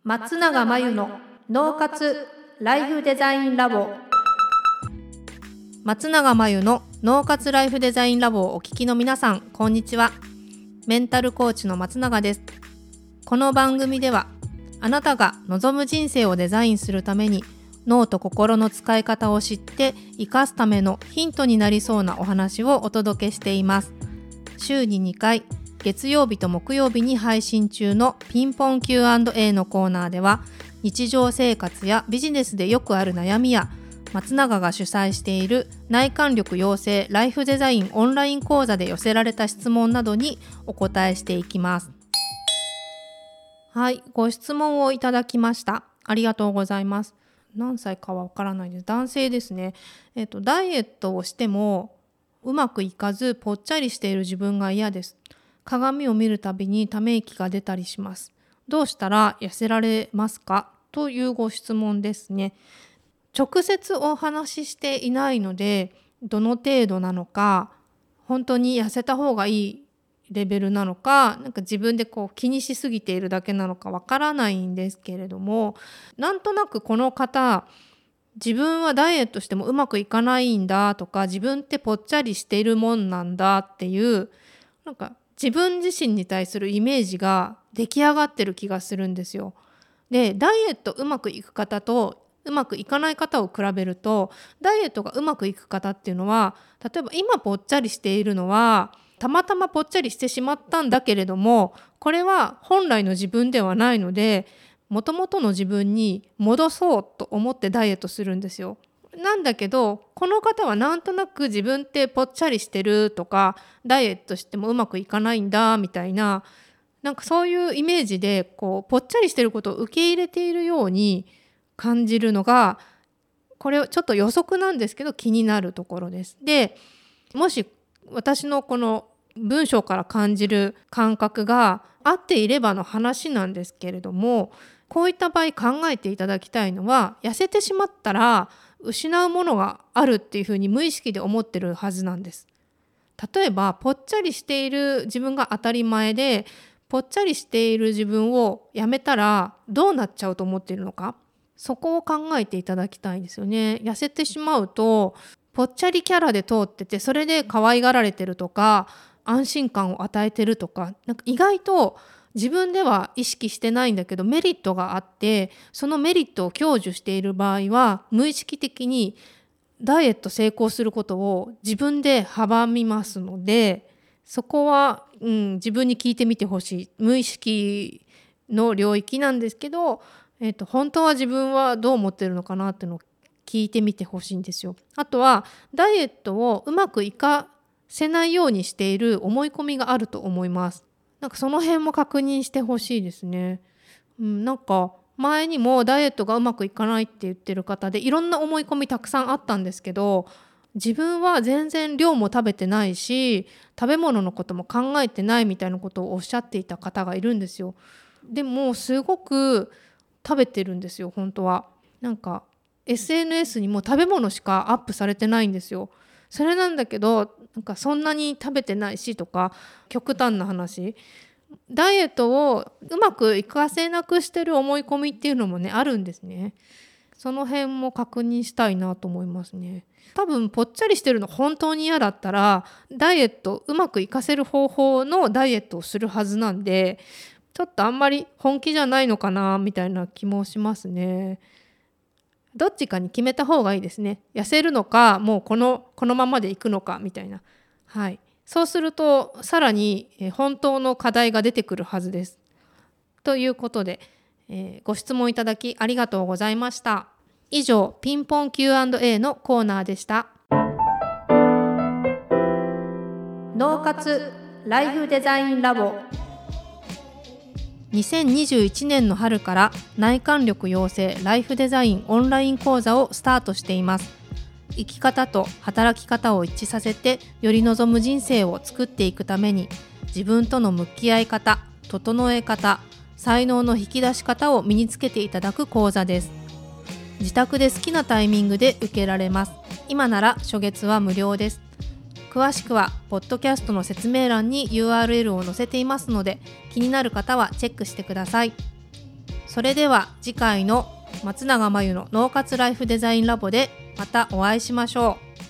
松永真由の脳活ライフデザインラボ。松永真由の脳活ライフデザインラボをお聞きの皆さん、こんにちは。メンタルコーチの松永です。この番組ではあなたが望む人生をデザインするために脳と心の使い方を知って生かすためのヒントになりそうなお話をお届けしています。週に2回、月曜日と木曜日に配信中のピンポン Q&A のコーナーでは、日常生活やビジネスでよくある悩みや、松永が主催している内観力養成ライフデザインオンライン講座で寄せられた質問などにお答えしていきます。はい、ご質問をいただきました。ありがとうございます。何歳かはわからないです。男性ですね。ダイエットをしてもうまくいかずぽっちゃりしている自分が嫌です。鏡を見るたびにため息が出たりします。どうしたら痩せられますか？というご質問ですね。直接お話ししていないので、どの程度なのか、本当に痩せた方がいいレベルなのか、なんか自分で気にしすぎているだけなのかわからないんですけれども、なんとなくこの方、自分はダイエットしてもうまくいかないんだとか、自分ってぽっちゃりしているもんなんだっていう、なんか自分自身に対するイメージが出来上がってる気がするんですよ。で、ダイエットうまくいく方とうまくいかない方を比べると、ダイエットがうまくいく方っていうのは、例えば今ぽっちゃりしているのはたまたまぽっちゃりしてしまったんだけれども、これは本来の自分ではないので、元々の自分に戻そうと思ってダイエットするんですよ。なんだけど、この方はなんとなく自分ってぽっちゃりしてるとか、ダイエットしてもうまくいかないんだみたいな、なんかそういうイメージでぽっちゃりしてることを受け入れているように感じるのが、これちょっと予測なんですけど気になるところです。で、もし私のこの文章から感じる感覚が合っていればの話なんですけれども、こういった場合考えていただきたいのは、痩せてしまったら失うものがあるっていうふうに無意識で思ってるはずなんです。例えばぽっちゃりしている自分が当たり前で、ぽっちゃりしている自分をやめたらどうなっちゃうと思っているのか、そこを考えていただきたいんですよね。痩せてしまうとぽっちゃりキャラで通ってて、それで可愛がられてるとか安心感を与えてるとか、なんか意外と自分では意識してないんだけどメリットがあって、そのメリットを享受している場合は無意識的にダイエット成功することを自分で阻みますので、そこは、自分に聞いてみてほしい。無意識の領域なんですけど、本当は自分はどう思ってるのかなっていうのを聞いてみてほしいんですよ。あとはダイエットをうまくいかせないようにしている思い込みがあると思います。なんかその辺も確認してほしいですね。なんか前にもダイエットがうまくいかないって言ってる方で、いろんな思い込みたくさんあったんですけど、自分は全然量も食べてないし、食べ物のことも考えてないみたいなことをおっしゃっていた方がいるんですよ。でもすごく食べてるんですよ、本当は。なんか SNS にも食べ物しかアップされてないんですよ。それなんだけど、なんかそんなに食べてないしとか、極端な話、ダイエットをうまくいかせなくしてる思い込みっていうのもね、あるんですね。その辺も確認したいなと思いますね。多分ぽっちゃりしてるの本当に嫌だったら、ダイエットうまくいかせる方法のダイエットをするはずなんで、ちょっとあんまり本気じゃないのかなみたいな気もしますね。どっちかに決めた方がいいですね。痩せるのか、もうこのままでいくのかみたいな。はい。そうするとさらに本当の課題が出てくるはずです。ということで、ご質問いただきありがとうございました。以上、ピンポン Q&A のコーナーでした。脳活ライフデザインラボ。2021年の春から内観力養成ライフデザインオンライン講座をスタートしています。生き方と働き方を一致させてより望む人生を作っていくために、自分との向き合い方、整え方、才能の引き出し方を身につけていただく講座です。自宅で好きなタイミングで受けられます。今なら初月は無料です。詳しくはポッドキャストの説明欄に URL を載せていますので、気になる方はチェックしてください。 それでは次回の松永真由の脳活ライフデザインラボでまたお会いしましょう。